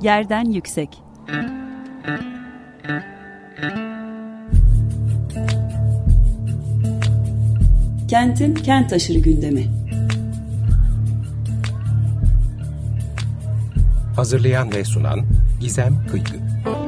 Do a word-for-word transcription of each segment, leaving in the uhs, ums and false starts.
Yerden yüksek. Kentin kent aşırı gündemi. Hazırlayan ve sunan Gizem Kıygı.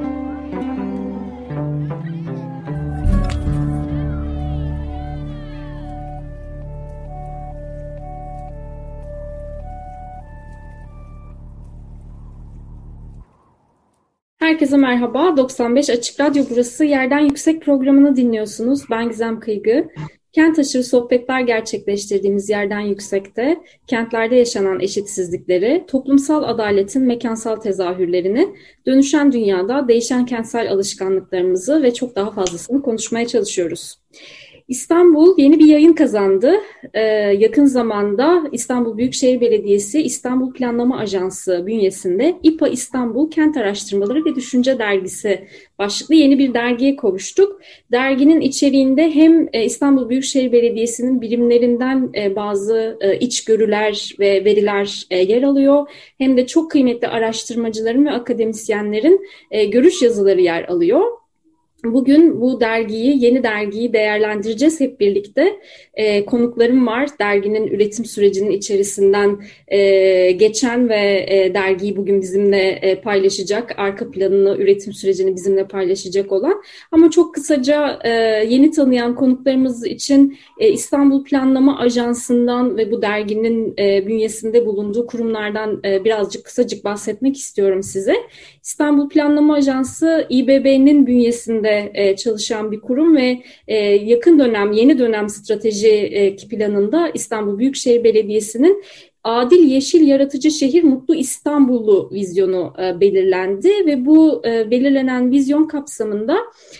Herkese merhaba. doksan beş Açık Radyo burası. Yerden Yüksek programını dinliyorsunuz. Ben Gizem Kıygı. Kent aşırı sohbetler gerçekleştirdiğimiz Yerden Yüksek'te kentlerde yaşanan eşitsizlikleri, toplumsal adaletin mekansal tezahürlerini, dönüşen dünyada değişen kentsel alışkanlıklarımızı ve çok daha fazlasını konuşmaya çalışıyoruz. İstanbul yeni bir yayın kazandı. Ee, yakın zamanda İstanbul Büyükşehir Belediyesi İstanbul Planlama Ajansı bünyesinde İPA İstanbul Kent Araştırmaları ve Düşünce Dergisi başlıklı yeni bir dergiye kavuştuk. Derginin içeriğinde hem İstanbul Büyükşehir Belediyesi'nin birimlerinden bazı içgörüler ve veriler yer alıyor, hem de çok kıymetli araştırmacıların ve akademisyenlerin görüş yazıları yer alıyor. Bugün bu dergiyi, yeni dergiyi değerlendireceğiz hep birlikte. E, konuklarım var. Derginin üretim sürecinin içerisinden e, geçen ve e, dergiyi bugün bizimle e, paylaşacak, arka planını, üretim sürecini bizimle paylaşacak olan. Ama çok kısaca e, yeni tanıyan konuklarımız için e, İstanbul Planlama Ajansı'ndan ve bu derginin e, bünyesinde bulunduğu kurumlardan e, birazcık kısacık bahsetmek istiyorum size. İstanbul Planlama Ajansı İ B B'nin bünyesinde çalışan bir kurum ve yakın dönem, yeni dönem strateji planında İstanbul Büyükşehir Belediyesi'nin Adil, Yeşil, Yaratıcı Şehir, Mutlu İstanbul'u vizyonu belirlendi ve bu belirlenen vizyon kapsamında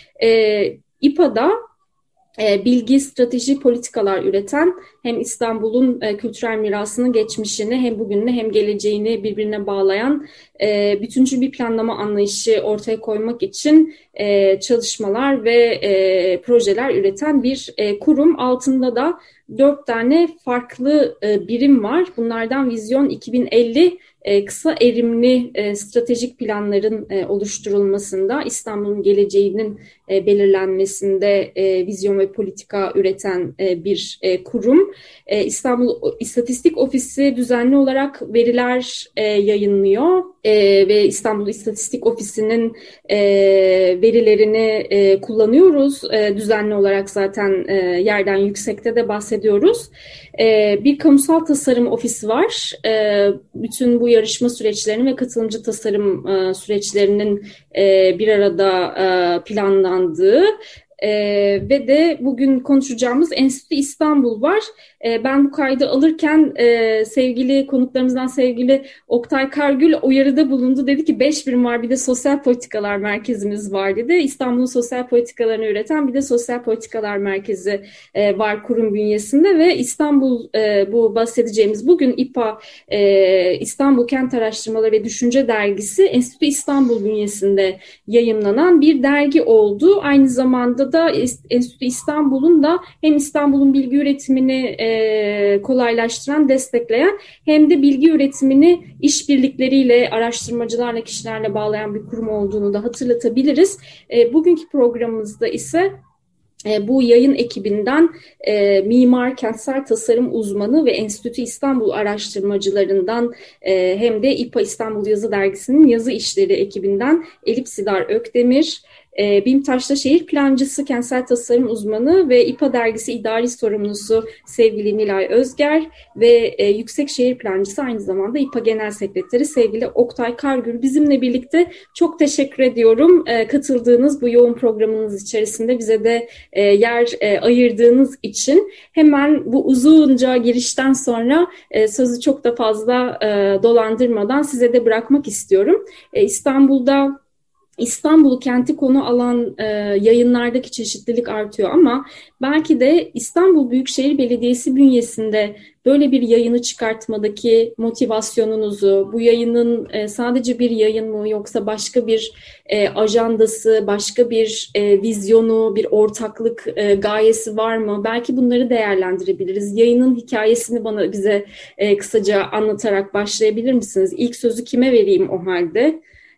İPA'da bilgi, strateji, politikalar üreten, hem İstanbul'un kültürel mirasının geçmişini hem bugününü hem geleceğini birbirine bağlayan bütüncül bir planlama anlayışı ortaya koymak için çalışmalar ve projeler üreten bir kurum. Altında da dört tane farklı birim var. Bunlardan Vizyon iki bin elli kısa erimli stratejik planların oluşturulmasında, İstanbul'un geleceğinin belirlenmesinde vizyon ve politika üreten bir kurum. İstanbul İstatistik Ofisi düzenli olarak veriler yayınlıyor ve İstanbul İstatistik Ofisi'nin verilerini kullanıyoruz. Düzenli olarak zaten Yerden Yüksek'te de bahsediyoruz. Bir kamusal tasarım ofisi var. Bütün bu yarışma süreçlerinin ve katılımcı tasarım süreçlerinin bir arada planlandığı ve de bugün konuşacağımız Enstitü İstanbul var. Ben bu kaydı alırken sevgili konuklarımızdan sevgili Oktay Kargül uyarıda bulundu. Dedi ki beş birim var, bir de sosyal politikalar merkezimiz var dedi. İstanbul'un sosyal politikalarını üreten bir de sosyal politikalar merkezi var kurum bünyesinde ve İstanbul, bu bahsedeceğimiz bugün İPA İstanbul Kent Araştırmaları ve Düşünce Dergisi Enstitü İstanbul bünyesinde yayımlanan bir dergi oldu. Aynı zamanda da Enstitü İstanbul'un da hem İstanbul'un bilgi üretimini e, kolaylaştıran, destekleyen hem de bilgi üretimini işbirlikleriyle, araştırmacılarla, kişilerle bağlayan bir kurum olduğunu da hatırlatabiliriz. E, bugünkü programımızda ise E, bu yayın ekibinden e, mimar, kentsel tasarım uzmanı ve Enstitü İstanbul araştırmacılarından e, hem de İPA İstanbul Yazı Dergisi'nin yazı işleri ekibinden Elif Sidar Ökdemir, e, BİMTAŞ'ta şehir plancısı, kentsel tasarım uzmanı ve İPA Dergisi idari sorumlusu sevgili Nilay Özger ve e, yüksek şehir plancısı, aynı zamanda İPA Genel Sekreteri sevgili Oktay Kargül bizimle birlikte. Çok teşekkür ediyorum e, katıldığınız bu yoğun programınız içerisinde bize de e, yer e, ayırdığınız için. Hemen bu uzunca girişten sonra e, sözü çok da fazla e, dolandırmadan size de bırakmak istiyorum. E, İstanbul'da İstanbul kenti konu alan e, yayınlardaki çeşitlilik artıyor ama belki de İstanbul Büyükşehir Belediyesi bünyesinde böyle bir yayını çıkartmadaki motivasyonunuzu, bu yayının e, sadece bir yayın mı yoksa başka bir e, ajandası, başka bir e, vizyonu, bir ortaklık e, gayesi var mı? Belki bunları değerlendirebiliriz. Yayının hikayesini bana bize e, kısaca anlatarak başlayabilir misiniz? İlk sözü kime vereyim o halde?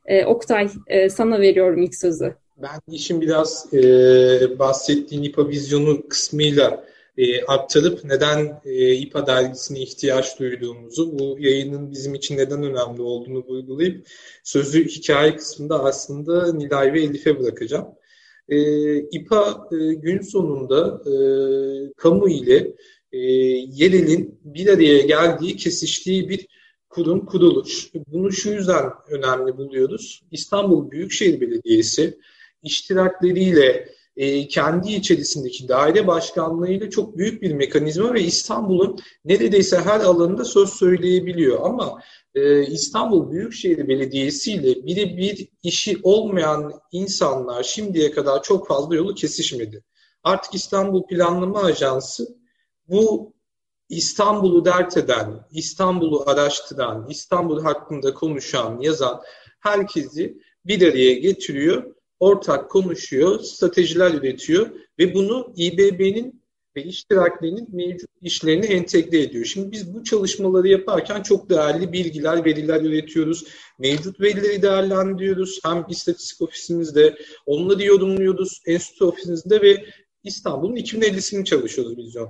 E, Oktay, e, sana veriyorum ilk sözü. Ben işin biraz e, bahsettiğin İPA vizyonu kısmıyla e, aktarıp neden e, İPA dergisine ihtiyaç duyduğumuzu, bu yayının bizim için neden önemli olduğunu vurgulayıp sözü hikaye kısmında aslında Nilay ve Elif'e bırakacağım. E, İPA e, gün sonunda e, kamu ile e, yerelin bir araya geldiği, kesiştiği bir kurum, kuruluş. Bunu şu yüzden önemli buluyoruz. İstanbul Büyükşehir Belediyesi iştirakleriyle e, kendi içerisindeki daire başkanlığıyla çok büyük bir mekanizma ve İstanbul'un neredeyse her alanında söz söyleyebiliyor. Ama e, İstanbul Büyükşehir Belediyesi ile birebir işi olmayan insanlar şimdiye kadar çok fazla yolu kesişmedi. Artık İstanbul Planlama Ajansı bu İstanbul'u dert eden, İstanbul'u araştıran, İstanbul hakkında konuşan, yazan herkesi bir araya getiriyor, ortak konuşuyor, stratejiler üretiyor ve bunu İBB'nin ve iştiraklerinin mevcut işlerini entegre ediyor. Şimdi biz bu çalışmaları yaparken çok değerli bilgiler, veriler üretiyoruz. Mevcut verileri değerlendiriyoruz. Hem istatistik ofisimizde, onları yorumluyoruz, enstitü ofisimizde ve İstanbul'un iki bin ellisini çalışıyoruz vizyon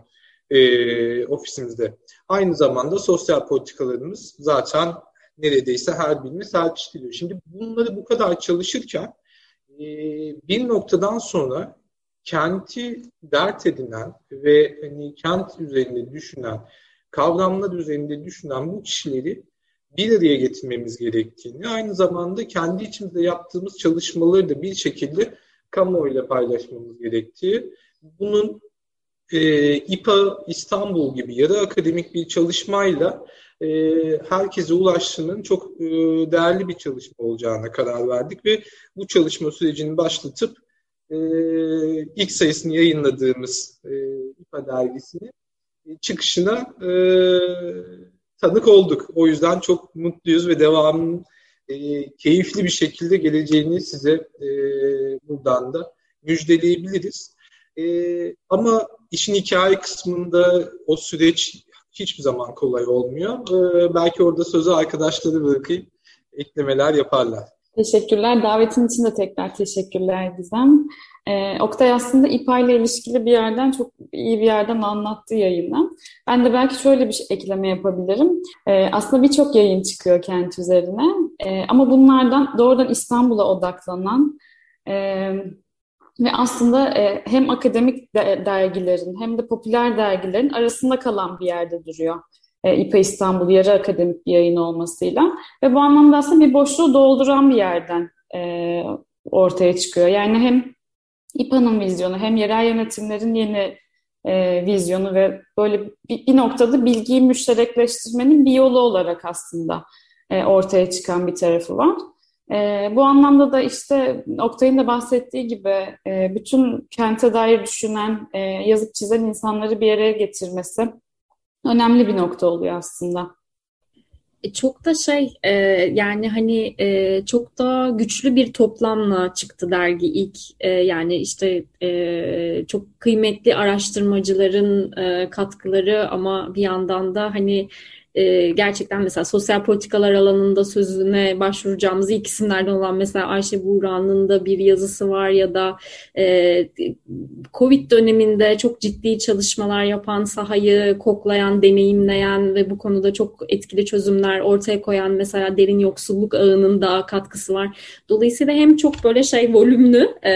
e, ofisimizde. Aynı zamanda sosyal politikalarımız zaten neredeyse her birine serpiştiriyor. Şimdi bunları bu kadar çalışırken e, bir noktadan sonra kenti dert edinen ve hani kent üzerinde düşünen, kavramlar üzerinde düşünen bu kişileri bir araya getirmemiz gerektiğini, aynı zamanda kendi içimizde yaptığımız çalışmaları da bir şekilde kamuoyuyla paylaşmamız gerektiği, bunun e, İPA İstanbul gibi yarı akademik bir çalışmayla e, herkese ulaştırmanın çok e, değerli bir çalışma olacağına karar verdik ve bu çalışma sürecini başlatıp e, ilk sayısını yayınladığımız e, İPA dergisinin çıkışına e, tanık olduk. O yüzden çok mutluyuz ve devamının e, keyifli bir şekilde geleceğini size e, buradan da müjdeleyebiliriz. E, ama işin hikaye kısmında o süreç hiçbir zaman kolay olmuyor. E, belki orada sözü arkadaşları bırakayım, eklemeler yaparlar. Teşekkürler. Davetin için de tekrar teşekkürler Gizem. Ee, Oktay aslında İPA ile ilişkili bir yerden, çok iyi bir yerden anlattı yayını. Ben de belki şöyle bir şey, ekleme yapabilirim. Ee, aslında birçok yayın çıkıyor kent üzerine. Ee, ama bunlardan doğrudan İstanbul'a odaklanan e, ve aslında e, hem akademik de, dergilerin hem de popüler dergilerin arasında kalan bir yerde duruyor. İPA İstanbul yarı akademik bir yayın olmasıyla ve bu anlamda aslında bir boşluğu dolduran bir yerden e, ortaya çıkıyor. Yani hem İPA'nın vizyonu hem yerel yönetimlerin yeni e, vizyonu ve böyle bir, bir noktada bilgiyi müşterekleştirmenin bir yolu olarak aslında e, ortaya çıkan bir tarafı var. E, bu anlamda da işte Oktay'ın da bahsettiği gibi e, bütün kente dair düşünen, e, yazıp çizen insanları bir araya getirmesi önemli bir nokta oluyor aslında. Çok da şey e, yani hani e, çok da güçlü bir toplamla çıktı dergi ilk e, yani işte e, çok kıymetli araştırmacıların e, katkıları ama bir yandan da hani e, gerçekten mesela sosyal politikalar alanında sözüne başvuracağımız ilk isimlerden olan mesela Ayşe Buğra'nın da bir yazısı var ya da e, Covid döneminde çok ciddi çalışmalar yapan, sahayı koklayan, deneyimleyen ve bu konuda çok etkili çözümler ortaya koyan mesela derin yoksulluk ağının da katkısı var. Dolayısıyla hem çok böyle şey volümlü e,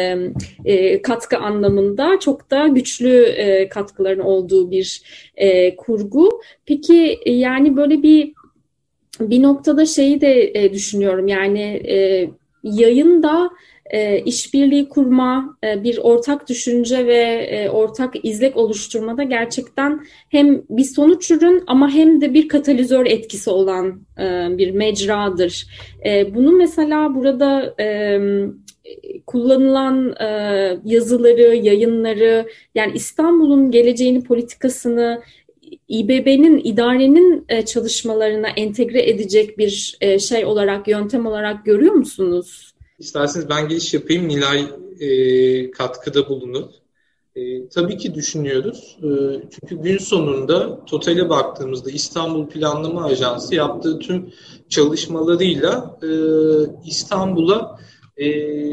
e, katkı anlamında çok da güçlü e, katkıların olduğu bir e, kurgu. Peki yani böyle bir bir noktada şeyi de e, düşünüyorum yani e, yayında e, işbirliği kurma, e, bir ortak düşünce ve e, ortak izlek oluşturmada gerçekten hem bir sonuç ürün ama hem de bir katalizör etkisi olan e, bir mecradır. E, bunu mesela burada e, kullanılan e, yazıları, yayınları yani İstanbul'un geleceğini, politikasını İBB'nin, idarenin çalışmalarına entegre edecek bir şey olarak, yöntem olarak görüyor musunuz? İsterseniz ben giriş yapayım. Nilay e, katkıda bulunur. E, tabii ki düşünüyoruz. E, çünkü gün sonunda totale baktığımızda İstanbul Planlama Ajansı yaptığı tüm çalışmalarıyla e, İstanbul'a e,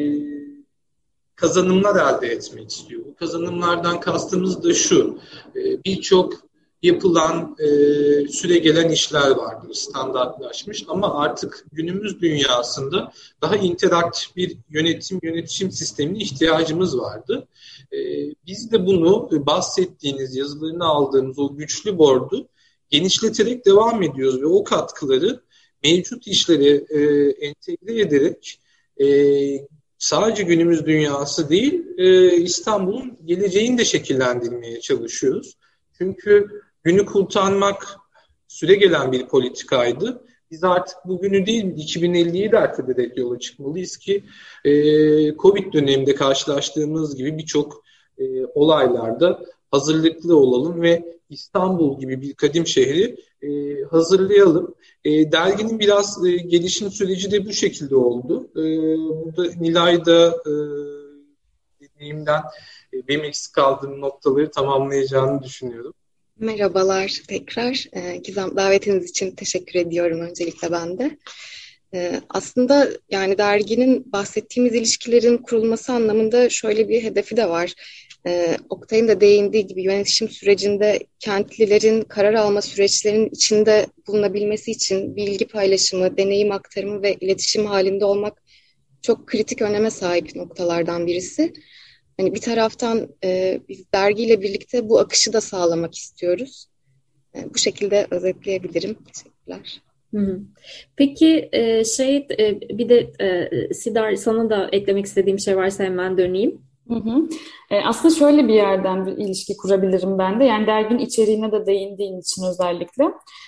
kazanımlar elde etmek istiyor. Bu kazanımlardan kastımız da şu: e, birçok yapılan, e, süregelen işler vardır, standartlaşmış, ama artık günümüz dünyasında daha interaktif bir yönetim yönetişim sistemine ihtiyacımız vardı. E, biz de bunu bahsettiğiniz, yazılarını aldığımız o güçlü board'u genişleterek devam ediyoruz ve o katkıları mevcut işlere e, entegre ederek e, sadece günümüz dünyası değil, e, İstanbul'un geleceğini de şekillendirmeye çalışıyoruz. Çünkü günü kurtarmak süregelen bir politikaydı. Biz artık bugünü değil, iki bin elliyi dert ederek yola çıkmalıyız ki e, Covid döneminde karşılaştığımız gibi birçok e, olaylarda hazırlıklı olalım ve İstanbul gibi bir kadim şehri e, hazırlayalım. E, derginin biraz e, gelişim süreci de bu şekilde oldu. E, burada Nilay da e, deneyimden e, benim eksik kaldığım noktaları tamamlayacağını düşünüyorum. Merhabalar tekrar. Ee, Gizem, davetiniz için teşekkür ediyorum öncelikle ben de. Ee, aslında yani derginin bahsettiğimiz ilişkilerin kurulması anlamında şöyle bir hedefi de var. Ee, Oktay'ın da değindiği gibi yönetişim sürecinde kentlilerin karar alma süreçlerinin içinde bulunabilmesi için bilgi paylaşımı, deneyim aktarımı ve iletişim halinde olmak çok kritik öneme sahip noktalardan birisi. Hani bir taraftan e, biz dergiyle birlikte bu akışı da sağlamak istiyoruz. E, bu şekilde özetleyebilirim. Teşekkürler. Hı hı. Peki e, şey e, bir de e, Sidar, sana da eklemek istediğim şey varsa hemen döneyim. Hı hı. E, aslında şöyle bir yerden bir ilişki kurabilirim ben de. Yani derginin içeriğine de değindiğin için özellikle.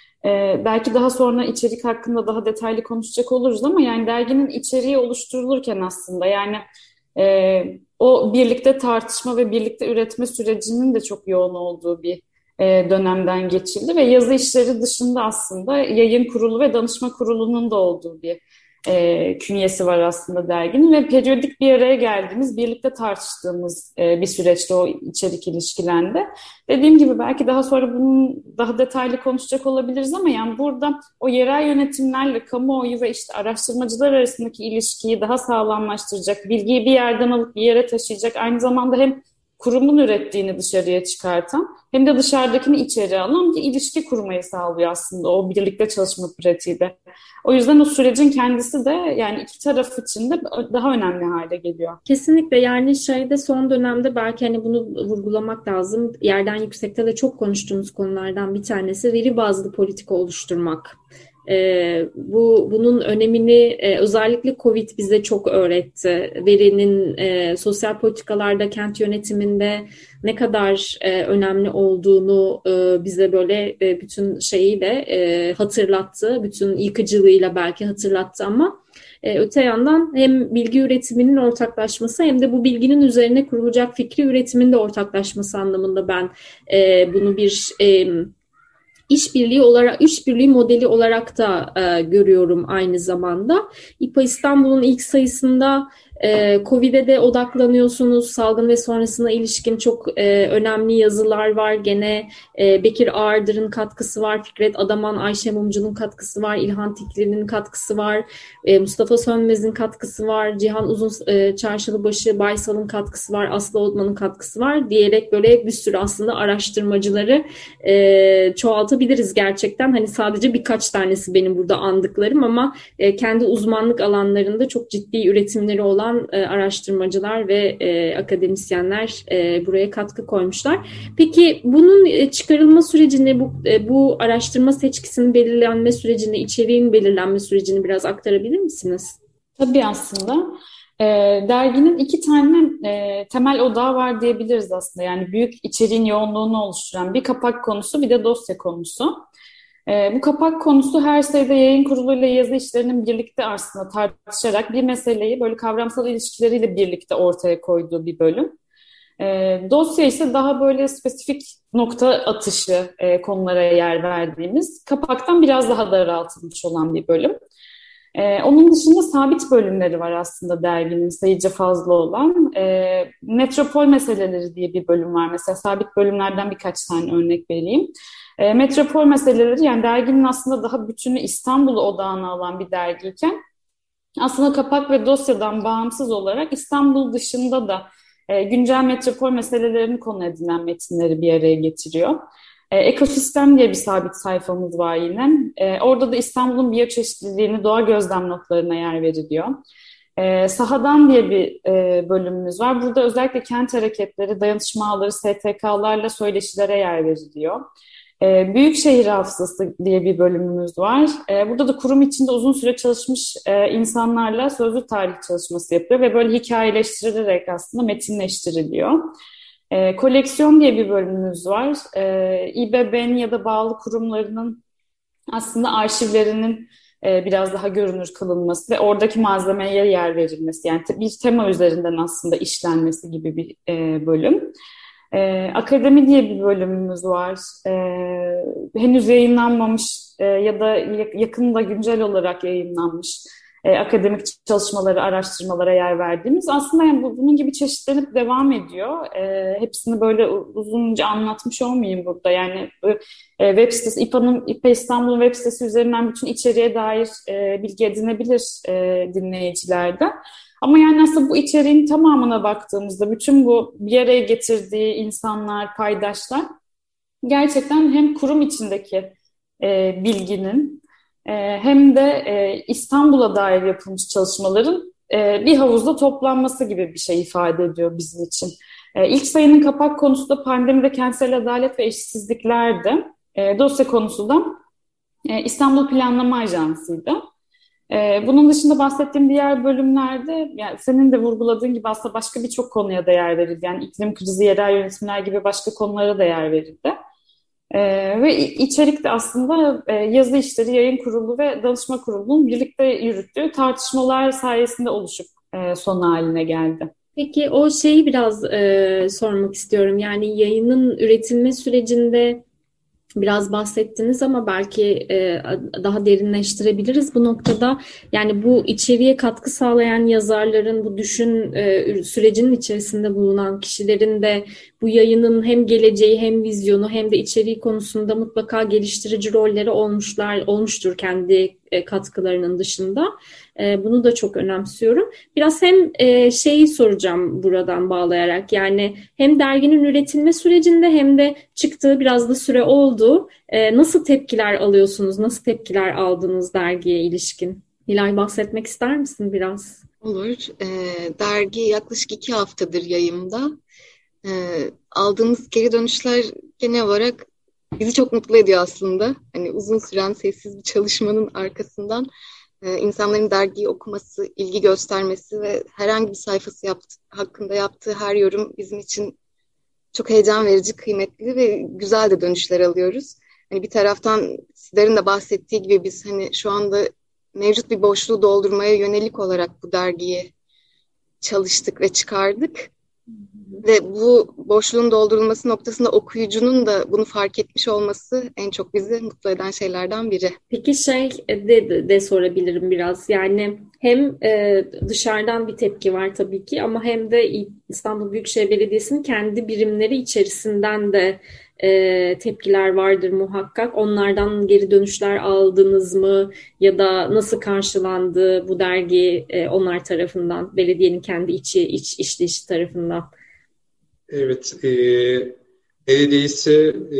E, belki daha sonra içerik hakkında daha detaylı konuşacak oluruz ama yani derginin içeriği oluşturulurken aslında yani e, o birlikte tartışma ve birlikte üretme sürecinin de çok yoğun olduğu bir e, dönemden geçildi ve yazı işleri dışında aslında yayın kurulu ve danışma kurulunun da olduğu bir e, künyesi var aslında derginin ve periyodik bir araya geldiğimiz, birlikte tartıştığımız e, bir süreçte o içerik ilişkilendi. Dediğim gibi belki daha sonra bunun daha detaylı konuşacak olabiliriz ama yani burada o yerel yönetimlerle kamuoyu ve işte araştırmacılar arasındaki ilişkiyi daha sağlamlaştıracak, bilgiyi bir yerden alıp bir yere taşıyacak, aynı zamanda hem kurumun ürettiğini dışarıya çıkartan hem de dışarıdakini içeri alan bir ilişki kurmayı sağlıyor aslında o birlikte çalışma pratiği de. O yüzden o sürecin kendisi de yani iki taraf için de daha önemli hale geliyor. Kesinlikle, yani şeyde son dönemde belki hani bunu vurgulamak lazım. Yerden Yüksek'te de çok konuştuğumuz konulardan bir tanesi veri bazlı politika oluşturmak. Ee, bu bunun önemini e, özellikle Covid bize çok öğretti. Verinin e, sosyal politikalarda, kent yönetiminde ne kadar e, önemli olduğunu e, bize böyle e, bütün şeyiyle e, hatırlattı. Bütün yıkıcılığıyla belki hatırlattı ama e, öte yandan hem bilgi üretiminin ortaklaşması hem de bu bilginin üzerine kurulacak fikri üretimin de ortaklaşması anlamında ben e, bunu bir e, İşbirliği olarak, işbirliği modeli olarak da e, görüyorum aynı zamanda. İPA İstanbul'un ilk sayısında e, Covid'e de odaklanıyorsunuz. Salgın ve sonrasına ilişkin çok e, önemli yazılar var. Gene e, Bekir Ağırdır'ın katkısı var. Fikret Adaman, Ayşe Mumcu'nun katkısı var. İlhan Tikli'nin katkısı var. E, Mustafa Sönmez'in katkısı var. Cihan Uzun e, Çarşılıbaşı, Baysal'ın katkısı var. Aslı Oğutman'ın katkısı var diyerek böyle bir sürü aslında araştırmacıları e, çoğaltabiliriz gerçekten. Hani sadece birkaç tanesi benim burada andıklarım ama e, kendi uzmanlık alanlarında çok ciddi üretimleri olan e, araştırmacılar ve e, akademisyenler e, buraya katkı koymuşlar. Peki bunun e, çıkarılma sürecini, bu, e, bu araştırma seçkisinin belirlenme sürecini, içeriğin belirlenme sürecini biraz aktarabilir misiniz? Tabii aslında. E, derginin iki tane e, temel odağı var diyebiliriz aslında. Yani büyük içeriğin yoğunluğunu oluşturan bir kapak konusu, bir de dosya konusu. E, bu kapak konusu her sayıda yayın kuruluyla yazı işlerinin birlikte aslında tartışarak bir meseleyi böyle kavramsal ilişkileriyle birlikte ortaya koyduğu bir bölüm. E, dosya ise daha böyle spesifik nokta atışı e, konulara yer verdiğimiz, kapaktan biraz daha daraltılmış olan bir bölüm. Ee, onun dışında sabit bölümleri var aslında derginin sayıca fazla olan. Ee, metropol meseleleri diye bir bölüm var. Mesela sabit bölümlerden birkaç tane örnek vereyim. Ee, metropol meseleleri, yani derginin aslında daha bütünü İstanbul'u odağına alan bir dergiyken aslında kapak ve dosyadan bağımsız olarak İstanbul dışında da e, güncel metropol meselelerini konu edinen metinleri bir araya getiriyor. E, Ekosistem diye bir sabit sayfamız var yine. E, orada da İstanbul'un biyoçeşitliliğini, doğa gözlem notlarına yer veriliyor. E, Sahadan diye bir e, bölümümüz var. Burada özellikle kent hareketleri, dayanışma ağları, S T K'larla söyleşilere yer veriliyor. E, Büyükşehir Hafızası diye bir bölümümüz var. E, burada da kurum içinde uzun süre çalışmış e, insanlarla sözlü tarih çalışması yapıyor ve böyle hikayeleştirilerek aslında metinleştiriliyor. E, koleksiyon diye bir bölümümüz var. E, İBB'nin ya da bağlı kurumlarının aslında arşivlerinin e, biraz daha görünür kılınması ve oradaki malzemeye yer verilmesi, yani bir tema üzerinden aslında işlenmesi gibi bir e, bölüm. Ee, akademi diye bir bölümümüz var. Ee, henüz yayınlanmamış e, ya da yakında güncel olarak yayınlanmış e, akademik çalışmaları, araştırmalara yer verdiğimiz. Aslında yani bu, bunun gibi çeşitlenip devam ediyor. E, hepsini böyle uzunca anlatmış olmayayım burada. Yani e, web sitesi, İPA'nın, İPA İstanbul web sitesi üzerinden bütün içeriğe dair e, bilgi edinebilir e, dinleyicilerden. Ama yani aslında bu içeriğin tamamına baktığımızda bütün bu bir araya getirdiği insanlar, paydaşlar gerçekten hem kurum içindeki e, bilginin e, hem de e, İstanbul'a dair yapılmış çalışmaların e, bir havuzda toplanması gibi bir şey ifade ediyor bizim için. E, ilk sayının kapak konusu da pandemide kentsel adalet ve eşitsizliklerdi. E, dosya konusu da e, İstanbul Planlama Ajansı'ydı. Bunun dışında bahsettiğim diğer bölümlerde, yani senin de vurguladığın gibi aslında başka birçok konuya da yer verildi. Yani iklim krizi, yerel yönetimler gibi başka konulara da yer verildi. Ee, ve içerikte aslında e, yazı işleri, yayın kurulu ve danışma kurulunun birlikte yürüttüğü tartışmalar sayesinde oluşup e, son haline geldi. Peki o şeyi biraz e, sormak istiyorum. Yani yayının üretilme sürecinde biraz bahsettiniz ama belki e, daha derinleştirebiliriz bu noktada. Yani bu içeriğe katkı sağlayan yazarların, bu düşün e, sürecinin içerisinde bulunan kişilerin de bu yayının hem geleceği hem vizyonu hem de içeriği konusunda mutlaka geliştirici rolleri olmuşlar olmuştur kendi e, katkılarının dışında. E, bunu da çok önemsiyorum. Biraz hem e, şeyi soracağım buradan bağlayarak, yani hem derginin üretilme sürecinde hem de çıktığı biraz da süre oldu. E, nasıl tepkiler alıyorsunuz? Nasıl tepkiler aldınız dergiye ilişkin? Hilal, bahsetmek ister misin biraz? Olur. E, dergi yaklaşık iki haftadır yayımda. E, aldığımız geri dönüşler genel olarak bizi çok mutlu ediyor aslında. Hani uzun süren sessiz bir çalışmanın arkasından e, insanların dergiyi okuması, ilgi göstermesi ve herhangi bir sayfası yaptı, hakkında yaptığı her yorum bizim için çok heyecan verici, kıymetli ve güzel de dönüşler alıyoruz. Hani bir taraftan sizlerin de bahsettiği gibi biz hani şu anda mevcut bir boşluğu doldurmaya yönelik olarak bu dergiyi çalıştık ve çıkardık. Ve bu boşluğun doldurulması noktasında okuyucunun da bunu fark etmiş olması en çok bizi mutlu eden şeylerden biri. Peki şey de, de, de sorabilirim biraz. Yani hem e, dışarıdan bir tepki var tabii ki ama hem de İstanbul Büyükşehir Belediyesi'nin kendi birimleri içerisinden de e, tepkiler vardır muhakkak. Onlardan geri dönüşler aldınız mı? Ya da nasıl karşılandı bu dergi e, onlar tarafından, belediyenin kendi içi iç işleyişi tarafından? Evet, e, neredeyse e,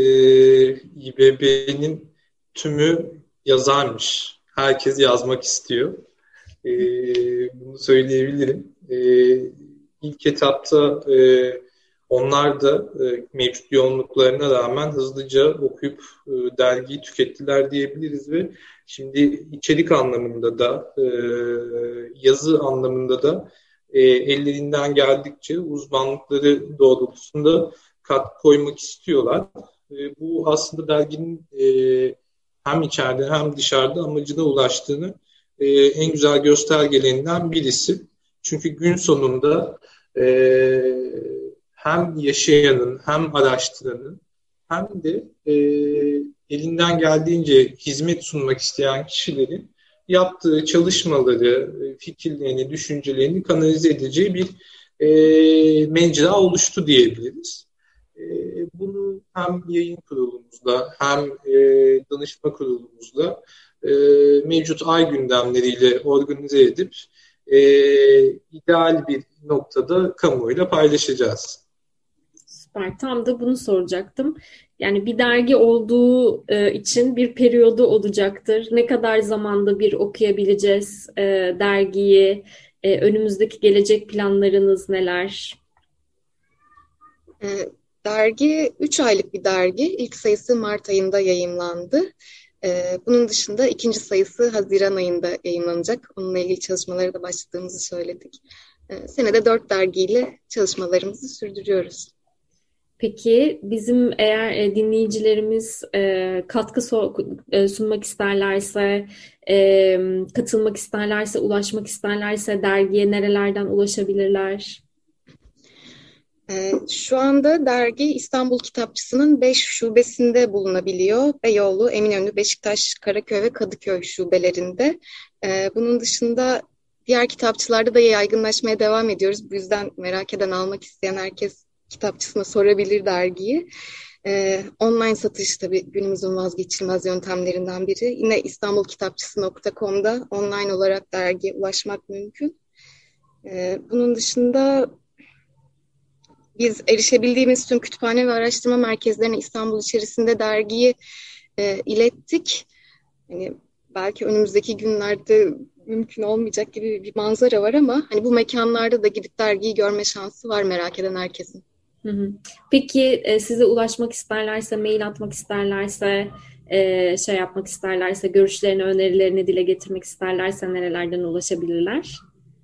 İBB'nin tümü yazarmış. Herkes yazmak istiyor. E, bunu söyleyebilirim. E, ilk etapta e, onlar da e, mevcut yoğunluklarına rağmen hızlıca okuyup e, dergiyi tükettiler diyebiliriz ve şimdi içerik anlamında da e, yazı anlamında da E, ellerinden geldikçe uzmanlıkları doğrultusunda katkı koymak istiyorlar. E, bu aslında derginin e, hem içeride hem dışarıda amacına ulaştığını e, en güzel göstergelerinden birisi. Çünkü gün sonunda e, hem yaşayanın hem araştıranın hem de e, elinden geldiğince hizmet sunmak isteyen kişilerin yaptığı çalışmaları, fikirlerini, düşüncelerini kanalize edeceği bir e, mecra oluştu diyebiliriz. E, bunu hem yayın kurulumuzda hem e, danışma kurulumuzda e, mevcut ay gündemleriyle organize edip e, ideal bir noktada kamuoyuyla paylaşacağız. Süper. Tam da bunu soracaktım. Yani bir dergi olduğu e, için bir periyodu olacaktır. Ne kadar zamanda bir okuyabileceğiz e, dergiyi? E, önümüzdeki gelecek planlarınız neler? E, dergi üç aylık bir dergi. İlk sayısı Mart ayında yayımlandı. E, bunun dışında ikinci sayısı Haziran ayında yayımlanacak. Onunla ilgili çalışmalara da başladığımızı söyledik. E, senede dört dergiyle çalışmalarımızı sürdürüyoruz. Peki bizim eğer e, dinleyicilerimiz e, katkı so e, sunmak isterlerse, e, katılmak isterlerse, ulaşmak isterlerse dergiye nerelerden ulaşabilirler? E, şu anda dergi İstanbul Kitapçısı'nın beş şubesinde bulunabiliyor. Beyoğlu, Eminönü, Beşiktaş, Karaköy ve Kadıköy şubelerinde. E, bunun dışında diğer kitapçılarda da yaygınlaşmaya devam ediyoruz. Bu yüzden merak eden, almak isteyen herkes kitapçısına sorabilir dergiyi. Ee, online satış tabii günümüzün vazgeçilmez yöntemlerinden biri. Yine istanbul kitapçısı nokta com'da online olarak dergiye ulaşmak mümkün. Ee, bunun dışında biz erişebildiğimiz tüm kütüphane ve araştırma merkezlerine İstanbul içerisinde dergiyi e, ilettik. Yani belki önümüzdeki günlerde mümkün olmayacak gibi bir manzara var ama hani bu mekanlarda da gidip dergiyi görme şansı var merak eden herkesin. Hı hı. Peki e, size ulaşmak isterlerse, mail atmak isterlerse, e, şey yapmak isterlerse, görüşlerini, önerilerini dile getirmek isterlerse nerelerden ulaşabilirler?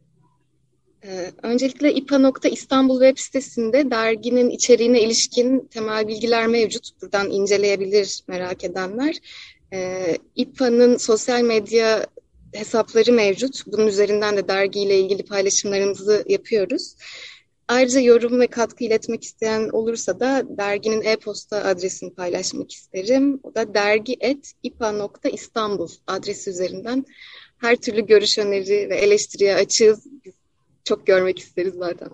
Ee, öncelikle İ P A nokta İstanbul web sitesinde derginin içeriğine ilişkin temel bilgiler mevcut. Buradan inceleyebilir merak edenler. Ee, İ P A'nın sosyal medya hesapları mevcut. Bunun üzerinden de dergiyle ilgili paylaşımlarımızı yapıyoruz. Ayrıca yorum ve katkı iletmek isteyen olursa da derginin e-posta adresini paylaşmak isterim. O da dergi et i p a nokta istanbul adresi üzerinden her türlü görüş, öneri ve eleştiriye açığız. Biz çok görmek isteriz zaten.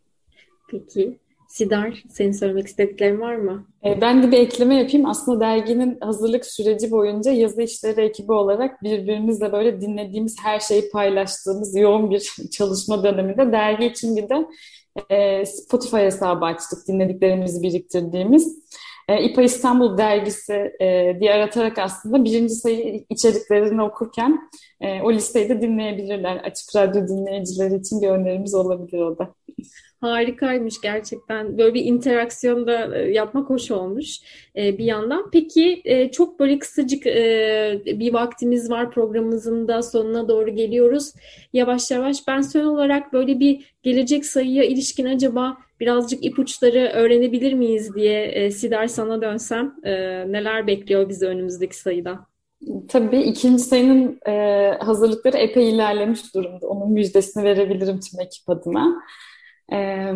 Peki. Sidar, senin söylemek istediklerin var mı? Ben de bir ekleme yapayım. Aslında derginin hazırlık süreci boyunca yazı işleri ekibi olarak birbirimizle böyle dinlediğimiz her şeyi paylaştığımız yoğun bir çalışma döneminde dergi için bir de Spotify hesabı açtık, dinlediklerimizi biriktirdiğimiz. İ P A İstanbul dergisi e, diye aratarak aslında birinci sayı içeriklerini okurken e, o listeyi de dinleyebilirler. Açık Radyo dinleyicileri için bir önerimiz olabilir o da. Harikaymış gerçekten. Böyle bir interaksiyon da yapmak hoş olmuş bir yandan. Peki çok böyle kısacık bir vaktimiz var, programımızın da sonuna doğru geliyoruz. Yavaş yavaş ben son olarak böyle bir gelecek sayıya ilişkin acaba birazcık ipuçları öğrenebilir miyiz diye Sidar sana dönsem neler bekliyor bizi önümüzdeki sayıda? Tabii ikinci sayının e, hazırlıkları epey ilerlemiş durumda. Onun müjdesini verebilirim tüm ekip adına. Ee,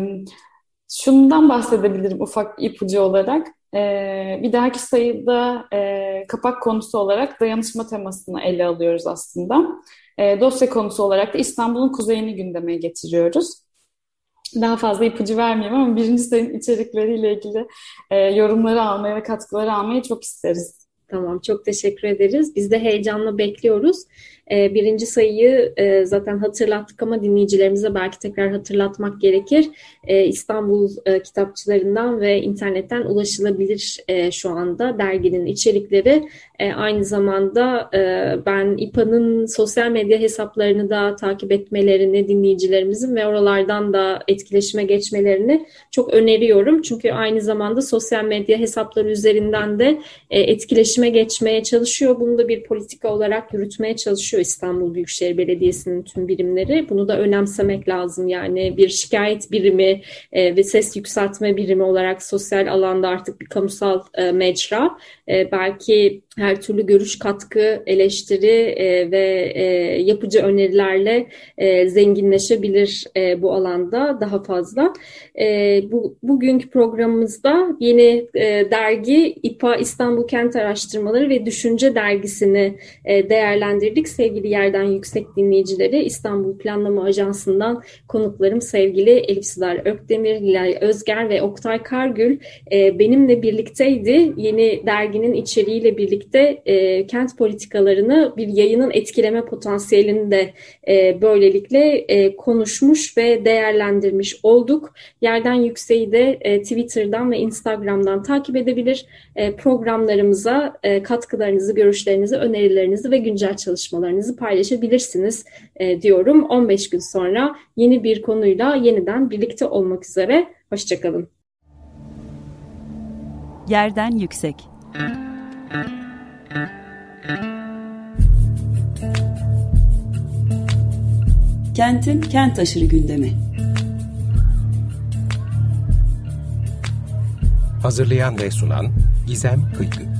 şundan bahsedebilirim ufak ipucu olarak. Ee, bir dahaki sayıda e, kapak konusu olarak dayanışma temasını ele alıyoruz aslında. E, dosya konusu olarak da İstanbul'un kuzeyini gündeme getiriyoruz. Daha fazla ipucu vermeyeyim ama birinci sayının içerikleriyle ilgili e, yorumları almayı ve katkıları almayı çok isteriz. Tamam, çok teşekkür ederiz. Biz de heyecanla bekliyoruz. Ee, birinci sayıyı e, zaten hatırlattık ama dinleyicilerimize belki tekrar hatırlatmak gerekir. Ee, İstanbul e, kitapçılarından ve internetten ulaşılabilir e, şu anda derginin içerikleri. E, aynı zamanda e, ben İ P A'nın sosyal medya hesaplarını da takip etmelerini dinleyicilerimizin ve oralardan da etkileşime geçmelerini çok öneriyorum. Çünkü aynı zamanda sosyal medya hesapları üzerinden de e, etkileşime geçmeye çalışıyor. Bunu da bir politika olarak yürütmeye çalışıyor İstanbul Büyükşehir Belediyesi'nin tüm birimleri. Bunu da önemsemek lazım. Yani bir şikayet birimi e, ve ses yükseltme birimi olarak sosyal alanda artık bir kamusal e, mecra. E, belki her türlü görüş, katkı, eleştiri e, ve e, yapıcı önerilerle e, zenginleşebilir e, bu alanda daha fazla. E, bu bugünkü programımızda yeni e, dergi İ P A İstanbul Kent Araştırmaları ve Düşünce dergisini e, değerlendirdik. Sevgili Yerden Yüksek dinleyicileri, İstanbul Planlama Ajansı'ndan konuklarım sevgili Elif Sidar Ökdemir, Nilay Özger ve Oktay Kargül e, benimle birlikteydi. Yeni derginin içeriğiyle birlikte de e, kent politikalarını bir yayının etkileme potansiyelini de e, böylelikle e, konuşmuş ve değerlendirmiş olduk. Yerden Yüksek'i de e, Twitter'dan ve Instagram'dan takip edebilir. E, programlarımıza e, katkılarınızı, görüşlerinizi, önerilerinizi ve güncel çalışmalarınızı paylaşabilirsiniz e, diyorum. on beş gün sonra yeni bir konuyla yeniden birlikte olmak üzere. Hoşçakalın. Yerden Yüksek. Kentin kent aşırı gündemi. Hazırlayan ve sunan Gizem Kıygı.